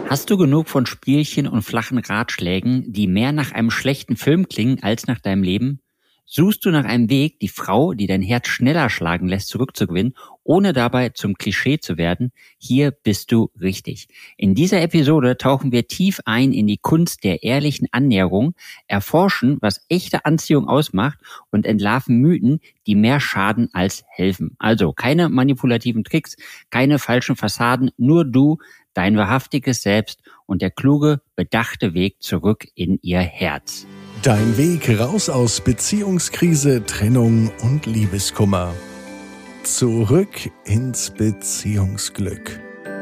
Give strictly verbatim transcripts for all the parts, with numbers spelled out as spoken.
Hast du genug von Spielchen und flachen Ratschlägen, die mehr nach einem schlechten Film klingen als nach deinem Leben? Suchst du nach einem Weg, die Frau, die dein Herz schneller schlagen lässt, zurückzugewinnen, ohne dabei zum Klischee zu werden? Hier bist du richtig. In dieser Episode tauchen wir tief ein in die Kunst der ehrlichen Annäherung, erforschen, was echte Anziehung ausmacht und entlarven Mythen, die mehr schaden als helfen. Also keine manipulativen Tricks, keine falschen Fassaden, nur du, dein wahrhaftiges Selbst und der kluge, bedachte Weg zurück in ihr Herz. Dein Weg raus aus Beziehungskrise, Trennung und Liebeskummer. Zurück ins Beziehungsglück.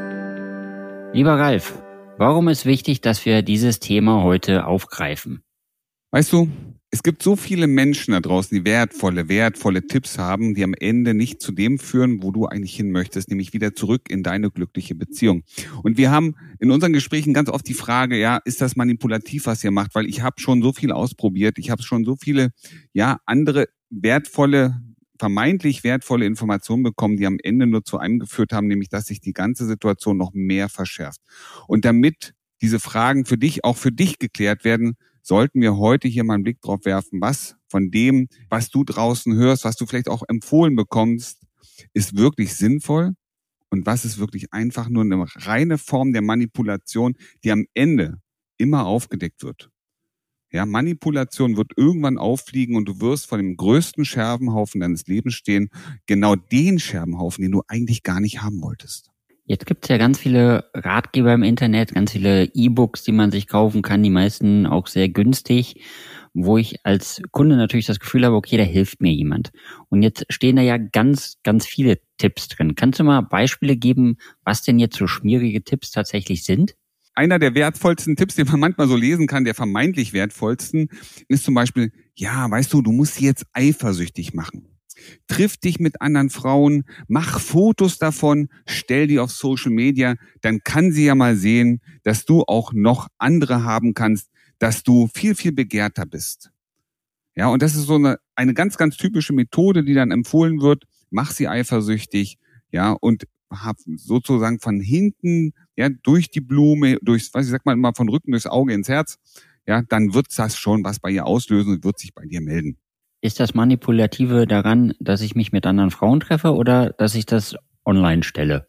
Lieber Ralf, warum ist wichtig, dass wir dieses Thema heute aufgreifen? Weißt du, es gibt so viele Menschen da draußen, die wertvolle, wertvolle Tipps haben, die am Ende nicht zu dem führen, wo du eigentlich hin möchtest, nämlich wieder zurück in deine glückliche Beziehung. Und wir haben in unseren Gesprächen ganz oft die Frage, ja, ist das manipulativ, was ihr macht? Weil ich habe schon so viel ausprobiert, ich habe schon so viele, ja, andere wertvolle, vermeintlich wertvolle Informationen bekommen, die am Ende nur zu einem geführt haben, nämlich, dass sich die ganze Situation noch mehr verschärft. Und damit diese Fragen für dich, auch für dich geklärt werden, sollten wir heute hier mal einen Blick drauf werfen, was von dem, was du draußen hörst, was du vielleicht auch empfohlen bekommst, ist wirklich sinnvoll und was ist wirklich einfach nur eine reine Form der Manipulation, die am Ende immer aufgedeckt wird. Ja, Manipulation wird irgendwann auffliegen und du wirst vor dem größten Scherbenhaufen deines Lebens stehen, genau den Scherbenhaufen, den du eigentlich gar nicht haben wolltest. Jetzt gibt's ja ganz viele Ratgeber im Internet, ganz viele E-Books, die man sich kaufen kann, die meisten auch sehr günstig, wo ich als Kunde natürlich das Gefühl habe, okay, da hilft mir jemand. Und jetzt stehen da ja ganz, ganz viele Tipps drin. Kannst du mal Beispiele geben, was denn jetzt so schmierige Tipps tatsächlich sind? Einer der wertvollsten Tipps, den man manchmal so lesen kann, der vermeintlich wertvollsten, ist zum Beispiel, ja, weißt du, du musst sie jetzt eifersüchtig machen. Triff dich mit anderen Frauen, mach Fotos davon, stell die auf Social Media, dann kann sie ja mal sehen, dass du auch noch andere haben kannst, dass du viel, viel begehrter bist. Ja, und das ist so eine, eine ganz, ganz typische Methode, die dann empfohlen wird. Mach sie eifersüchtig, ja, und hab sozusagen von hinten, ja, durch die Blume, durchs, was ich sag mal immer, von Rücken durchs Auge ins Herz, ja, dann wird das schon was bei ihr auslösen und wird sich bei dir melden. Ist das Manipulative daran, dass ich mich mit anderen Frauen treffe oder dass ich das online stelle?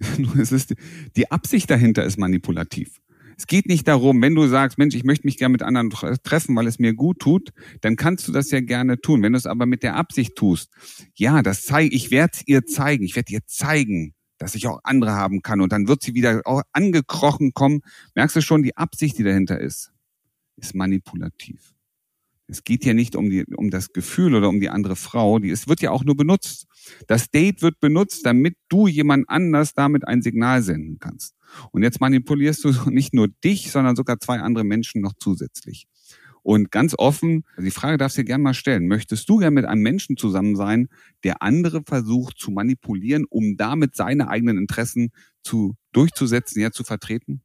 Es ist, die Absicht dahinter ist manipulativ. Es geht nicht darum, wenn du sagst, Mensch, ich möchte mich gerne mit anderen treffen, weil es mir gut tut, dann kannst du das ja gerne tun. Wenn du es aber mit der Absicht tust, ja, das zeige ich, werde es ihr zeigen, ich werde ihr zeigen, dass ich auch andere haben kann und dann wird sie wieder auch angekrochen kommen. Merkst du schon, die Absicht, die dahinter ist, ist manipulativ. Es geht ja nicht um die, um das Gefühl oder um die andere Frau. Die, es wird ja auch nur benutzt. Das Date wird benutzt, damit du jemand anders damit ein Signal senden kannst. Und jetzt manipulierst du nicht nur dich, sondern sogar zwei andere Menschen noch zusätzlich. Und ganz offen, die Frage darfst du dir gerne mal stellen, möchtest du gerne mit einem Menschen zusammen sein, der andere versucht zu manipulieren, um damit seine eigenen Interessen zu durchzusetzen, ja zu vertreten?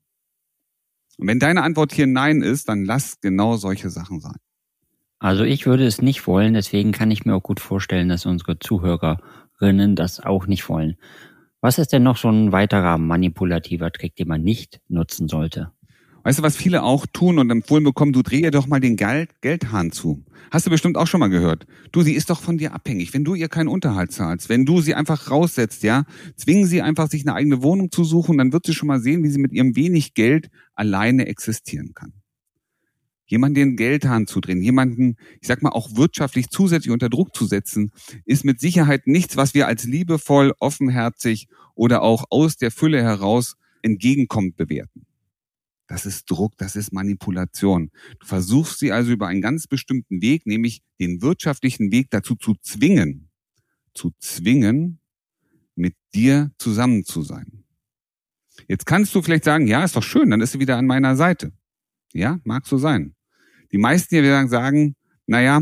Und wenn deine Antwort hier Nein ist, dann lass genau solche Sachen sein. Also ich würde es nicht wollen, deswegen kann ich mir auch gut vorstellen, dass unsere Zuhörerinnen das auch nicht wollen. Was ist denn noch so ein weiterer manipulativer Trick, den man nicht nutzen sollte? Weißt du, was viele auch tun und empfohlen bekommen, du dreh ihr doch mal den Geld, Geldhahn zu. Hast du bestimmt auch schon mal gehört. Du, sie ist doch von dir abhängig. Wenn du ihr keinen Unterhalt zahlst, wenn du sie einfach raussetzt, ja, zwingen sie einfach, sich eine eigene Wohnung zu suchen, dann wird sie schon mal sehen, wie sie mit ihrem wenig Geld alleine existieren kann. Jemanden den Geldhahn zu drehen, jemanden, ich sag mal, auch wirtschaftlich zusätzlich unter Druck zu setzen, ist mit Sicherheit nichts, was wir als liebevoll, offenherzig oder auch aus der Fülle heraus entgegenkommt bewerten. Das ist Druck, das ist Manipulation. Du versuchst sie also über einen ganz bestimmten Weg, nämlich den wirtschaftlichen Weg dazu zu zwingen, zu zwingen, mit dir zusammen zu sein. Jetzt kannst du vielleicht sagen, ja, ist doch schön, dann ist sie wieder an meiner Seite. Ja, mag so sein. Die meisten hier sagen, naja,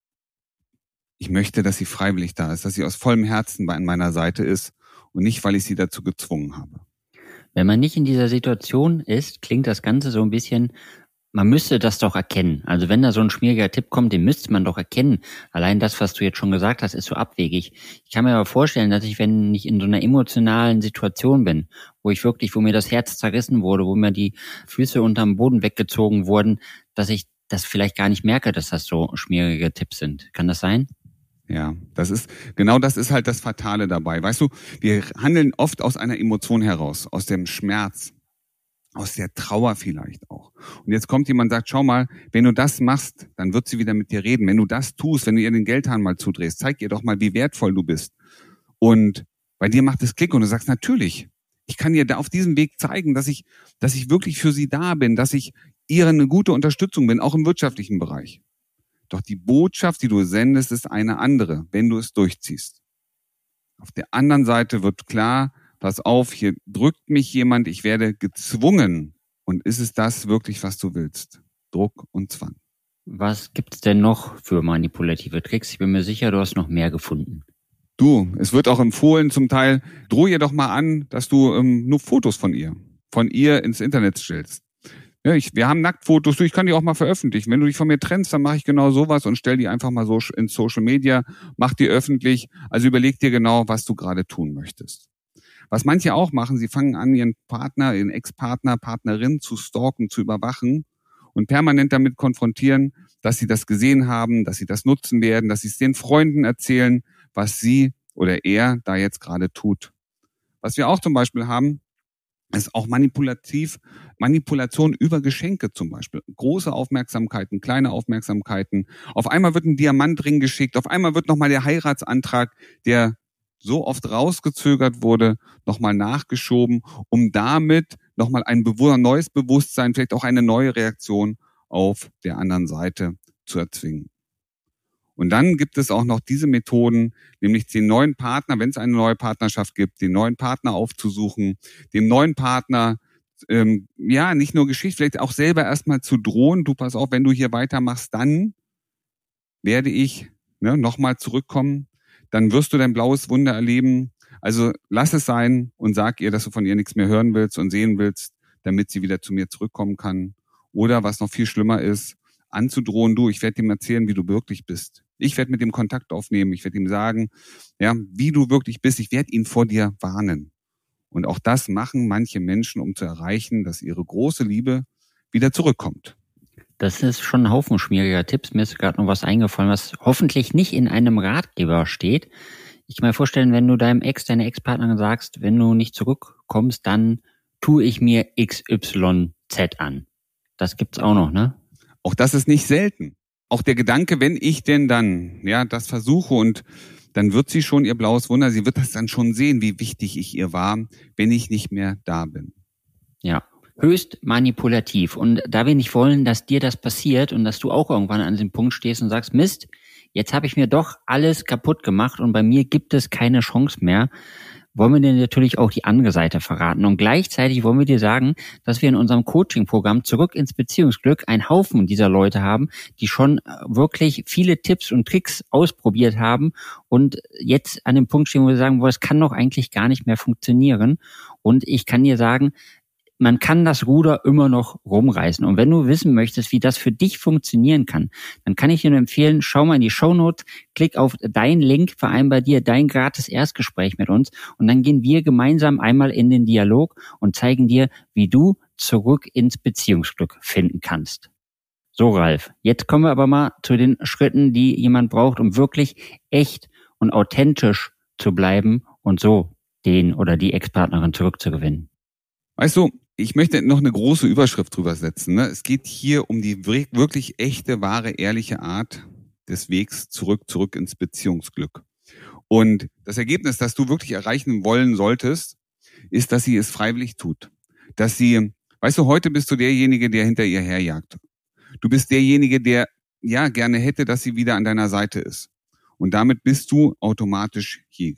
ich möchte, dass sie freiwillig da ist, dass sie aus vollem Herzen an meiner Seite ist und nicht, weil ich sie dazu gezwungen habe. Wenn man nicht in dieser Situation ist, klingt das Ganze so ein bisschen, man müsste das doch erkennen. Also wenn da so ein schmieriger Tipp kommt, den müsste man doch erkennen. Allein das, was du jetzt schon gesagt hast, ist so abwegig. Ich kann mir aber vorstellen, dass ich, wenn ich in so einer emotionalen Situation bin, wo ich wirklich, wo mir das Herz zerrissen wurde, wo mir die Füße unterm Boden weggezogen wurden, dass ich das vielleicht gar nicht merke, dass das so schmierige Tipps sind. Kann das sein? Ja, das ist, genau das ist halt das Fatale dabei. Weißt du, wir handeln oft aus einer Emotion heraus, aus dem Schmerz, aus der Trauer vielleicht auch. Und jetzt kommt jemand und sagt, schau mal, wenn du das machst, dann wird sie wieder mit dir reden. Wenn du das tust, wenn du ihr den Geldhahn mal zudrehst, zeig ihr doch mal, wie wertvoll du bist. Und bei dir macht es Klick und du sagst, natürlich, ich kann ihr da auf diesem Weg zeigen, dass ich, dass ich wirklich für sie da bin, dass ich ihr eine gute Unterstützung bin, auch im wirtschaftlichen Bereich. Doch die Botschaft, die du sendest, ist eine andere, wenn du es durchziehst. Auf der anderen Seite wird klar, pass auf, hier drückt mich jemand, ich werde gezwungen. Und ist es das wirklich, was du willst? Druck und Zwang. Was gibt's denn noch für manipulative Tricks? Ich bin mir sicher, du hast noch mehr gefunden. Du, es wird auch empfohlen zum Teil, droh ihr doch mal an, dass du ähm, nur Fotos von ihr, von ihr ins Internet stellst. Ja, ich, wir haben Nacktfotos, du, ich kann die auch mal veröffentlichen. Wenn du dich von mir trennst, dann mache ich genau sowas und stell die einfach mal so in Social Media, mach die öffentlich. Also überleg dir genau, was du gerade tun möchtest. Was manche auch machen, sie fangen an, ihren Partner, ihren Ex-Partner, Partnerin zu stalken, zu überwachen und permanent damit konfrontieren, dass sie das gesehen haben, dass sie das nutzen werden, dass sie es den Freunden erzählen, was sie oder er da jetzt gerade tut. Was wir auch zum Beispiel haben, ist auch manipulativ, Manipulation über Geschenke zum Beispiel. Große Aufmerksamkeiten, kleine Aufmerksamkeiten. Auf einmal wird ein Diamantring geschickt, auf einmal wird nochmal der Heiratsantrag, der so oft rausgezögert wurde, nochmal nachgeschoben, um damit nochmal ein Be- neues Bewusstsein, vielleicht auch eine neue Reaktion auf der anderen Seite zu erzwingen. Und dann gibt es auch noch diese Methoden, nämlich den neuen Partner, wenn es eine neue Partnerschaft gibt, den neuen Partner aufzusuchen, dem neuen Partner, ähm, ja, nicht nur Geschichte, vielleicht auch selber erstmal zu drohen. Du, pass auf, wenn du hier weitermachst, dann werde ich ne, nochmal zurückkommen. Dann wirst du dein blaues Wunder erleben. Also lass es sein und sag ihr, dass du von ihr nichts mehr hören willst und sehen willst, damit sie wieder zu mir zurückkommen kann. Oder was noch viel schlimmer ist, anzudrohen, du, ich werde ihm erzählen, wie du wirklich bist. Ich werde mit dem Kontakt aufnehmen, ich werde ihm sagen, ja, wie du wirklich bist. Ich werde ihn vor dir warnen. Und auch das machen manche Menschen, um zu erreichen, dass ihre große Liebe wieder zurückkommt. Das ist schon ein Haufen schwieriger Tipps. Mir ist gerade noch was eingefallen, was hoffentlich nicht in einem Ratgeber steht. Ich kann mir vorstellen, wenn du deinem Ex, deiner Ex-Partnerin sagst, wenn du nicht zurückkommst, dann tue ich mir X Y Z an. Das gibt's auch noch, ne? Auch das ist nicht selten. Auch der Gedanke, wenn ich denn dann, ja, das versuche und dann wird sie schon ihr blaues Wunder, sie wird das dann schon sehen, wie wichtig ich ihr war, wenn ich nicht mehr da bin. Ja, höchst manipulativ. Und da wir nicht wollen, dass dir das passiert und dass du auch irgendwann an diesem Punkt stehst und sagst, Mist, jetzt habe ich mir doch alles kaputt gemacht und bei mir gibt es keine Chance mehr, wollen wir dir natürlich auch die andere Seite verraten. Und gleichzeitig wollen wir dir sagen, dass wir in unserem Coaching-Programm Zurück ins Beziehungsglück einen Haufen dieser Leute haben, die schon wirklich viele Tipps und Tricks ausprobiert haben und jetzt an dem Punkt stehen, wo wir sagen, boah, es kann doch eigentlich gar nicht mehr funktionieren. Und ich kann dir sagen, man kann das Ruder immer noch rumreißen. Und wenn du wissen möchtest, wie das für dich funktionieren kann, dann kann ich dir nur empfehlen, schau mal in die Shownotes, klick auf deinen Link, vereinbar dir dein gratis Erstgespräch mit uns und dann gehen wir gemeinsam einmal in den Dialog und zeigen dir, wie du zurück ins Beziehungsglück finden kannst. So, Ralf, jetzt kommen wir aber mal zu den Schritten, die jemand braucht, um wirklich echt und authentisch zu bleiben und so den oder die Ex-Partnerin zurückzugewinnen. Weißt du, ich möchte noch eine große Überschrift drüber setzen. Ne? Es geht hier um die wirklich echte, wahre, ehrliche Art des Wegs zurück, zurück ins Beziehungsglück. Und das Ergebnis, das du wirklich erreichen wollen solltest, ist, dass sie es freiwillig tut. Dass sie, weißt du, heute bist du derjenige, der hinter ihr herjagt. Du bist derjenige, der ja gerne hätte, dass sie wieder an deiner Seite ist. Und damit bist du automatisch Jäger.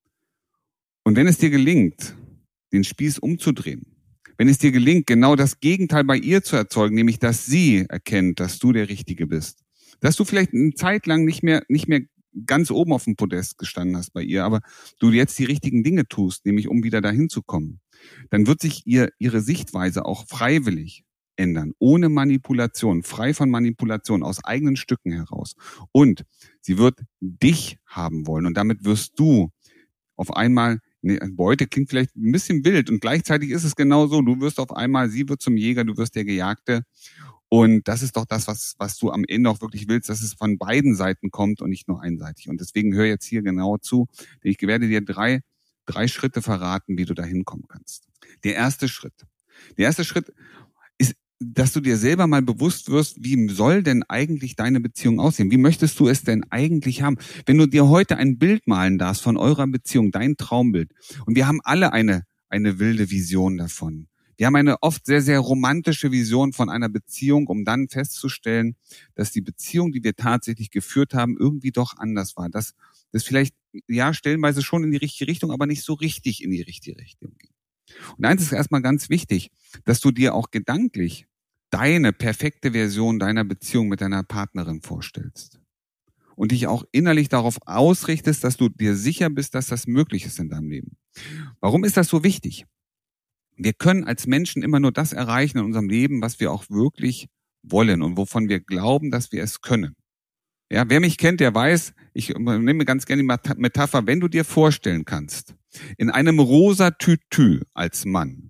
Und wenn es dir gelingt, den Spieß umzudrehen, wenn es dir gelingt, genau das Gegenteil bei ihr zu erzeugen, nämlich dass sie erkennt, dass du der Richtige bist, dass du vielleicht eine Zeit lang nicht mehr nicht mehr ganz oben auf dem Podest gestanden hast bei ihr, aber du jetzt die richtigen Dinge tust, nämlich um wieder dahin zu kommen, dann wird sich ihr ihre Sichtweise auch freiwillig ändern, ohne Manipulation, frei von Manipulation, aus eigenen Stücken heraus. Und sie wird dich haben wollen und damit wirst du auf einmal, nee, Beute klingt vielleicht ein bisschen wild und gleichzeitig ist es genau so, du wirst auf einmal, sie wird zum Jäger, du wirst der Gejagte und das ist doch das, was, was du am Ende auch wirklich willst, dass es von beiden Seiten kommt und nicht nur einseitig. Und deswegen hör jetzt hier genau zu, denn ich werde dir drei, drei Schritte verraten, wie du da hinkommen kannst. Der erste Schritt. Der erste Schritt ist, dass du dir selber mal bewusst wirst, wie soll denn eigentlich deine Beziehung aussehen? Wie möchtest du es denn eigentlich haben? Wenn du dir heute ein Bild malen darfst von eurer Beziehung, dein Traumbild, und wir haben alle eine, eine wilde Vision davon. Wir haben eine oft sehr, sehr romantische Vision von einer Beziehung, um dann festzustellen, dass die Beziehung, die wir tatsächlich geführt haben, irgendwie doch anders war. Dass das vielleicht, ja, stellenweise schon in die richtige Richtung, aber nicht so richtig in die richtige Richtung ging. Und eins ist erstmal ganz wichtig, dass du dir auch gedanklich deine perfekte Version deiner Beziehung mit deiner Partnerin vorstellst. Und dich auch innerlich darauf ausrichtest, dass du dir sicher bist, dass das möglich ist in deinem Leben. Warum ist das so wichtig? Wir können als Menschen immer nur das erreichen in unserem Leben, was wir auch wirklich wollen und wovon wir glauben, dass wir es können. Ja, wer mich kennt, der weiß, ich nehme ganz gerne die Metapher, wenn du dir vorstellen kannst, in einem rosa Tütü als Mann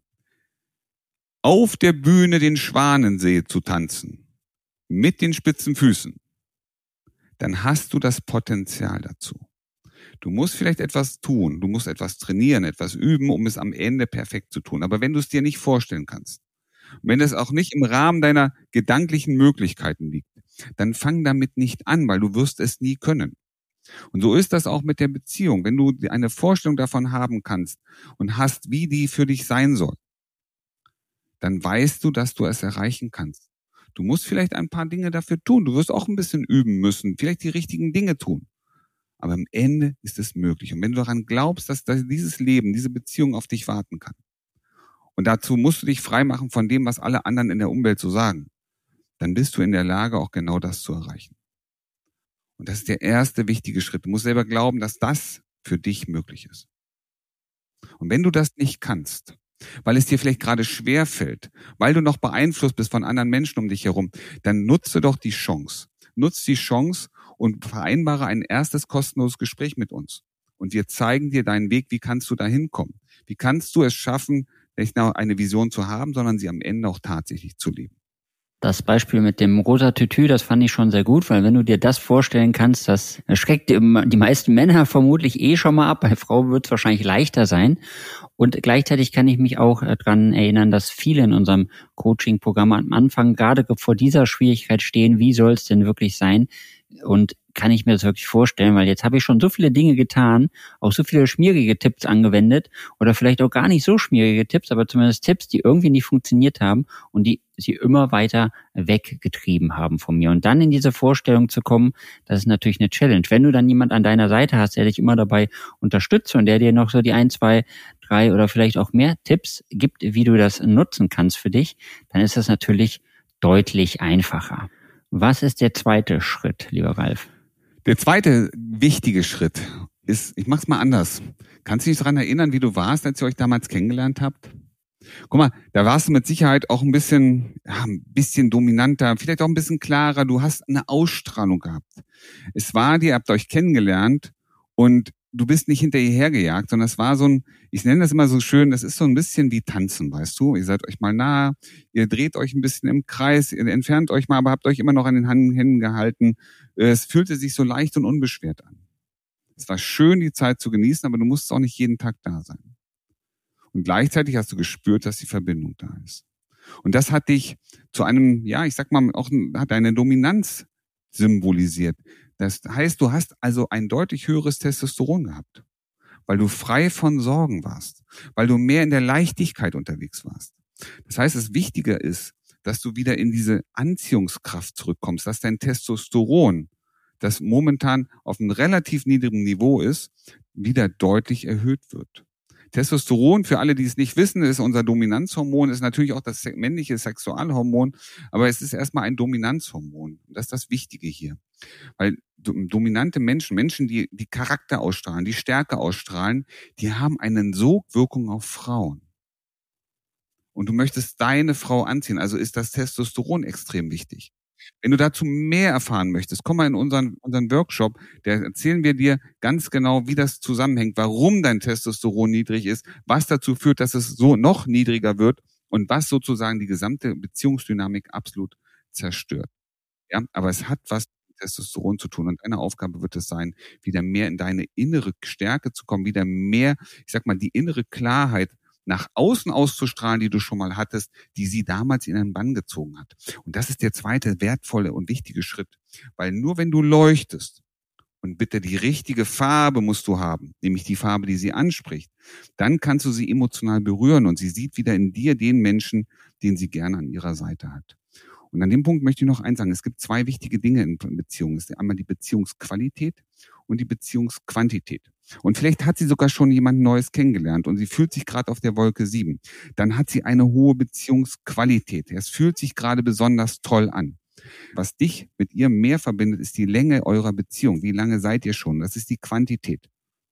auf der Bühne den Schwanensee zu tanzen, mit den spitzen Füßen, dann hast du das Potenzial dazu. Du musst vielleicht etwas tun, du musst etwas trainieren, etwas üben, um es am Ende perfekt zu tun. Aber wenn du es dir nicht vorstellen kannst, wenn es auch nicht im Rahmen deiner gedanklichen Möglichkeiten liegt, dann fang damit nicht an, weil du wirst es nie können. Und so ist das auch mit der Beziehung. Wenn du eine Vorstellung davon haben kannst und hast, wie die für dich sein soll, dann weißt du, dass du es erreichen kannst. Du musst vielleicht ein paar Dinge dafür tun. Du wirst auch ein bisschen üben müssen, vielleicht die richtigen Dinge tun. Aber am Ende ist es möglich. Und wenn du daran glaubst, dass dieses Leben, diese Beziehung auf dich warten kann, und dazu musst du dich freimachen von dem, was alle anderen in der Umwelt so sagen, dann bist du in der Lage, auch genau das zu erreichen. Und das ist der erste wichtige Schritt. Du musst selber glauben, dass das für dich möglich ist. Und wenn du das nicht kannst, weil es dir vielleicht gerade schwer fällt, weil du noch beeinflusst bist von anderen Menschen um dich herum, dann nutze doch die Chance. Nutze die Chance und vereinbare ein erstes kostenloses Gespräch mit uns. Und wir zeigen dir deinen Weg, wie kannst du da hinkommen? Wie kannst du es schaffen, nicht nur eine Vision zu haben, sondern sie am Ende auch tatsächlich zu leben? Das Beispiel mit dem rosa Tütü, das fand ich schon sehr gut, weil wenn du dir das vorstellen kannst, das schreckt die meisten Männer vermutlich eh schon mal ab. Bei Frauen wird es wahrscheinlich leichter sein. Und gleichzeitig kann ich mich auch daran erinnern, dass viele in unserem Coaching-Programm am Anfang gerade vor dieser Schwierigkeit stehen, wie soll es denn wirklich sein? Und kann ich mir das wirklich vorstellen, weil jetzt habe ich schon so viele Dinge getan, auch so viele schmierige Tipps angewendet oder vielleicht auch gar nicht so schmierige Tipps, aber zumindest Tipps, die irgendwie nicht funktioniert haben und die sie immer weiter weggetrieben haben von mir. Und dann in diese Vorstellung zu kommen, das ist natürlich eine Challenge. Wenn du dann jemand an deiner Seite hast, der dich immer dabei unterstützt und der dir noch so die ein, zwei, drei oder vielleicht auch mehr Tipps gibt, wie du das nutzen kannst für dich, dann ist das natürlich deutlich einfacher. Was ist der zweite Schritt, lieber Ralf? Der zweite wichtige Schritt ist, ich mach's mal anders. Kannst du dich daran erinnern, wie du warst, als ihr euch damals kennengelernt habt? Guck mal, da warst du mit Sicherheit auch ein bisschen, ja, ein bisschen dominanter, vielleicht auch ein bisschen klarer. Du hast eine Ausstrahlung gehabt. Es war dir, ihr habt euch kennengelernt und du bist nicht hinter ihr hergejagt, sondern es war so ein, ich nenne das immer so schön, das ist so ein bisschen wie Tanzen, weißt du? Ihr seid euch mal nah, ihr dreht euch ein bisschen im Kreis, ihr entfernt euch mal, aber habt euch immer noch an den Händen gehalten. Es fühlte sich so leicht und unbeschwert an. Es war schön, die Zeit zu genießen, aber du musst auch nicht jeden Tag da sein. Und gleichzeitig hast du gespürt, dass die Verbindung da ist. Und das hat dich zu einem, ja, ich sag mal, auch hat deine Dominanz symbolisiert. Das heißt, du hast also ein deutlich höheres Testosteron gehabt, weil du frei von Sorgen warst, weil du mehr in der Leichtigkeit unterwegs warst. Das heißt, das Wichtige ist, dass du wieder in diese Anziehungskraft zurückkommst, dass dein Testosteron, das momentan auf einem relativ niedrigen Niveau ist, wieder deutlich erhöht wird. Testosteron, für alle, die es nicht wissen, ist unser Dominanzhormon, ist natürlich auch das männliche Sexualhormon, aber es ist erstmal ein Dominanzhormon. Das ist das Wichtige hier. Weil dominante Menschen, Menschen, die die Charakter ausstrahlen, die Stärke ausstrahlen, die haben eine Sogwirkung auf Frauen. und du möchtest deine Frau anziehen, also ist das Testosteron extrem wichtig. Wenn du dazu mehr erfahren möchtest, komm mal in unseren, unseren Workshop, da erzählen wir dir ganz genau, wie das zusammenhängt, warum dein Testosteron niedrig ist, was dazu führt, dass es so noch niedriger wird und was sozusagen die gesamte Beziehungsdynamik absolut zerstört. Ja, aber es hat was mit Testosteron zu tun und deine Aufgabe wird es sein, wieder mehr in deine innere Stärke zu kommen, wieder mehr, ich sag mal, die innere Klarheit nach außen auszustrahlen, die du schon mal hattest, die sie damals in einen Bann gezogen hat. Und das ist der zweite wertvolle und wichtige Schritt. Weil nur wenn du leuchtest, und bitte die richtige Farbe musst du haben, nämlich die Farbe, die sie anspricht, dann kannst du sie emotional berühren und sie sieht wieder in dir den Menschen, den sie gerne an ihrer Seite hat. Und an dem Punkt möchte ich noch eins sagen, es gibt zwei wichtige Dinge in Beziehungen. Es ist einmal die Beziehungsqualität und die Beziehungsquantität. Und vielleicht hat sie sogar schon jemand Neues kennengelernt und sie fühlt sich gerade auf der Wolke sieben. Dann hat sie eine hohe Beziehungsqualität. Es fühlt sich gerade besonders toll an. Was dich mit ihr mehr verbindet, ist die Länge eurer Beziehung. Wie lange seid ihr schon? Das ist die Quantität.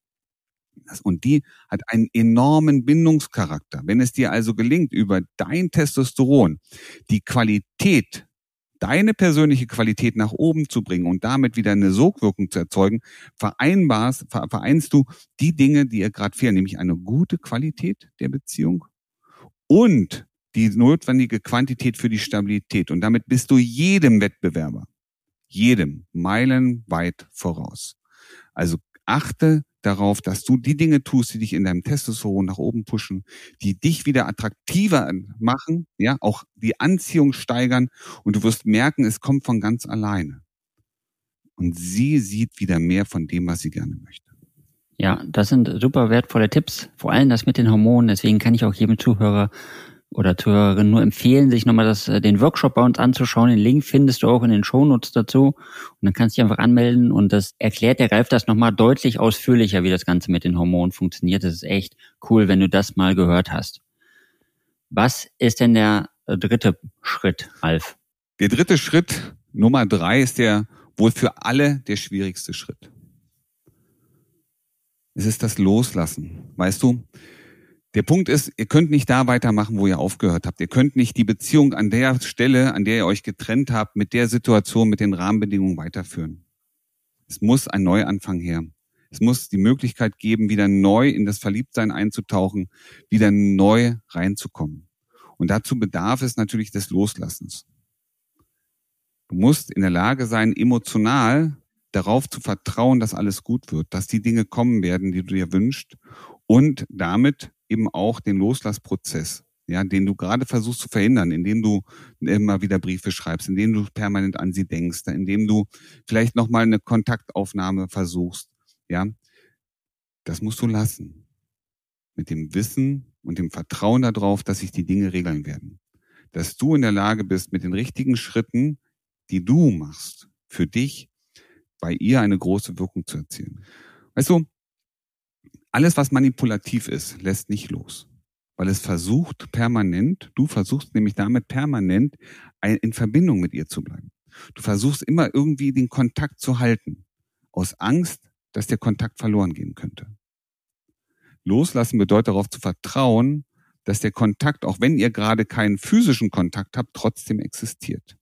Und die hat einen enormen Bindungscharakter. Wenn es dir also gelingt, über dein Testosteron die Qualität, deine persönliche Qualität nach oben zu bringen und damit wieder eine Sogwirkung zu erzeugen, vereinbarst, vereinst du die Dinge, die ihr gerade fehlen, nämlich eine gute Qualität der Beziehung und die notwendige Quantität für die Stabilität. Und damit bist du jedem Wettbewerber, jedem meilenweit voraus. Also achte darauf, dass du die Dinge tust, die dich in deinem Testosteron nach oben pushen, die dich wieder attraktiver machen, ja, auch die Anziehung steigern und du wirst merken, es kommt von ganz alleine. Und sie sieht wieder mehr von dem, was sie gerne möchte. Ja, das sind super wertvolle Tipps, vor allem das mit den Hormonen. Deswegen kann ich auch jedem Zuhörer oder Zuhörerin nur empfehlen, sich nochmal das, den Workshop bei uns anzuschauen. Den Link findest du auch in den Shownotes dazu. Und dann kannst du dich einfach anmelden und das erklärt der Ralf das nochmal deutlich ausführlicher, wie das Ganze mit den Hormonen funktioniert. Das ist echt cool, wenn du das mal gehört hast. Was ist denn der dritte Schritt, Ralf? Der dritte Schritt, Nummer drei, ist der wohl für alle der schwierigste Schritt. Es ist das Loslassen. Weißt du, der Punkt ist, ihr könnt nicht da weitermachen, wo ihr aufgehört habt. Ihr könnt nicht die Beziehung an der Stelle, an der ihr euch getrennt habt, mit der Situation, mit den Rahmenbedingungen weiterführen. Es muss ein Neuanfang her. Es muss die Möglichkeit geben, wieder neu in das Verliebtsein einzutauchen, wieder neu reinzukommen. Und dazu bedarf es natürlich des Loslassens. Du musst in der Lage sein, emotional darauf zu vertrauen, dass alles gut wird, dass die Dinge kommen werden, die du dir wünschst und damit eben auch den Loslassprozess, ja, den du gerade versuchst zu verhindern, indem du immer wieder Briefe schreibst, indem du permanent an sie denkst, indem du vielleicht nochmal eine Kontaktaufnahme versuchst, ja. Das musst du lassen. Mit dem Wissen und dem Vertrauen darauf, dass sich die Dinge regeln werden. Dass du in der Lage bist, mit den richtigen Schritten, die du machst, für dich, bei ihr eine große Wirkung zu erzielen. Weißt du, alles, was manipulativ ist, lässt nicht los. Weil es versucht permanent, du versuchst nämlich damit permanent in Verbindung mit ihr zu bleiben. Du versuchst immer irgendwie den Kontakt zu halten. Aus Angst, dass der Kontakt verloren gehen könnte. Loslassen bedeutet darauf zu vertrauen, dass der Kontakt, auch wenn ihr gerade keinen physischen Kontakt habt, trotzdem existiert.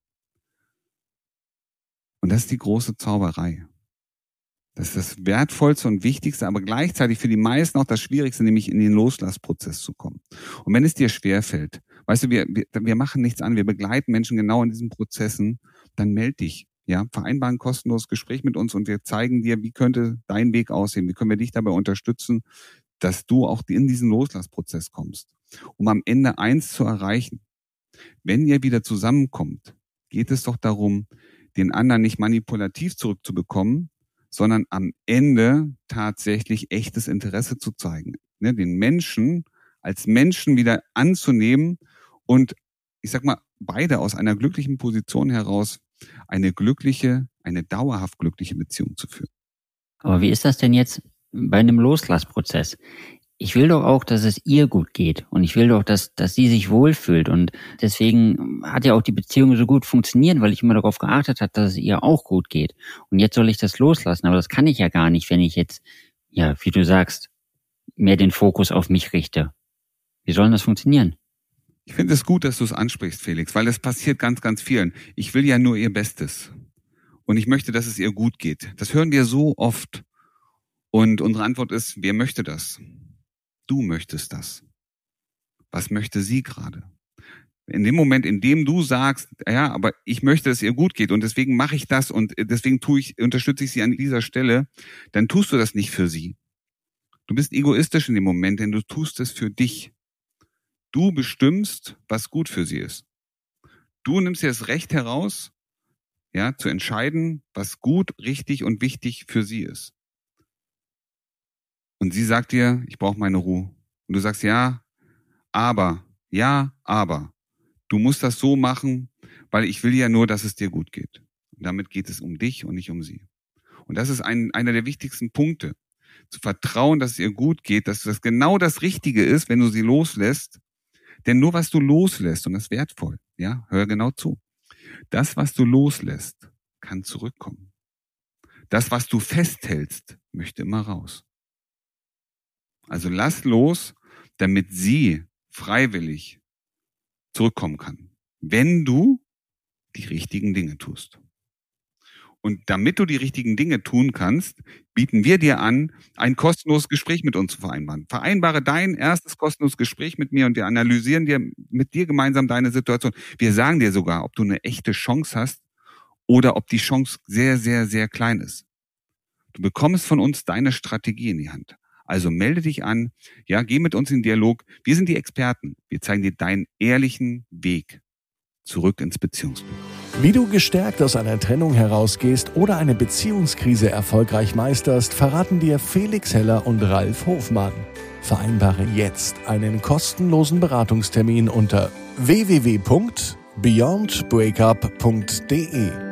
Und das ist die große Zauberei. Das ist das Wertvollste und Wichtigste, aber gleichzeitig für die meisten auch das Schwierigste, nämlich in den Loslassprozess zu kommen. Und wenn es dir schwerfällt, weißt du, wir, wir, wir machen nichts an, wir begleiten Menschen genau in diesen Prozessen, dann meld dich. Ja, vereinbaren ein kostenloses Gespräch mit uns und wir zeigen dir, wie könnte dein Weg aussehen, wie können wir dich dabei unterstützen, dass du auch in diesen Loslassprozess kommst, um am Ende eins zu erreichen. Wenn ihr wieder zusammenkommt, geht es doch darum, den anderen nicht manipulativ zurückzubekommen, sondern am Ende tatsächlich echtes Interesse zu zeigen. Ne, den Menschen als Menschen wieder anzunehmen und, ich sag mal, beide aus einer glücklichen Position heraus eine glückliche, eine dauerhaft glückliche Beziehung zu führen. Aber wie ist das denn jetzt bei einem Loslassprozess? Ich will doch auch, dass es ihr gut geht und ich will doch, dass dass sie sich wohlfühlt und deswegen hat ja auch die Beziehung so gut funktioniert, weil ich immer darauf geachtet habe, dass es ihr auch gut geht. Und jetzt soll ich das loslassen, aber das kann ich ja gar nicht, wenn ich jetzt, ja, wie du sagst, mehr den Fokus auf mich richte. Wie soll denn das funktionieren? Ich finde es gut, dass du es ansprichst, Felix, weil das passiert ganz, ganz vielen. Ich will ja nur ihr Bestes. Und ich möchte, dass es ihr gut geht. Das hören wir so oft. Und unsere Antwort ist, wer möchte das? Du möchtest das. Was möchte sie gerade? In dem Moment, in dem du sagst, ja, aber ich möchte, dass es ihr gut geht und deswegen mache ich das und deswegen tue ich, unterstütze ich sie an dieser Stelle, dann tust du das nicht für sie. Du bist egoistisch in dem Moment, denn du tust es für dich. Du bestimmst, was gut für sie ist. Du nimmst dir das Recht heraus, ja, zu entscheiden, was gut, richtig und wichtig für sie ist. Und sie sagt dir, ich brauche meine Ruhe. Und du sagst, ja, aber, ja, aber. Du musst das so machen, weil ich will ja nur, dass es dir gut geht. Und damit geht es um dich und nicht um sie. Und das ist ein, einer der wichtigsten Punkte. Zu vertrauen, dass es ihr gut geht, dass das genau das Richtige ist, wenn du sie loslässt. Denn nur was du loslässt, und das ist wertvoll, ja, hör genau zu. Das, was du loslässt, kann zurückkommen. Das, was du festhältst, möchte immer raus. Also lass los, damit sie freiwillig zurückkommen kann. Wenn du die richtigen Dinge tust. Und damit du die richtigen Dinge tun kannst, bieten wir dir an, ein kostenloses Gespräch mit uns zu vereinbaren. Vereinbare dein erstes kostenloses Gespräch mit mir und wir analysieren dir mit dir gemeinsam deine Situation. Wir sagen dir sogar, ob du eine echte Chance hast oder ob die Chance sehr, sehr, sehr klein ist. Du bekommst von uns deine Strategie in die Hand. Also melde dich an, ja, geh mit uns in Dialog. Wir sind die Experten. Wir zeigen dir deinen ehrlichen Weg zurück ins Beziehungsglück. Wie du gestärkt aus einer Trennung herausgehst oder eine Beziehungskrise erfolgreich meisterst, verraten dir Felix Heller und Ralf Hofmann. Vereinbare jetzt einen kostenlosen Beratungstermin unter w w w punkt beyond breakup punkt d e.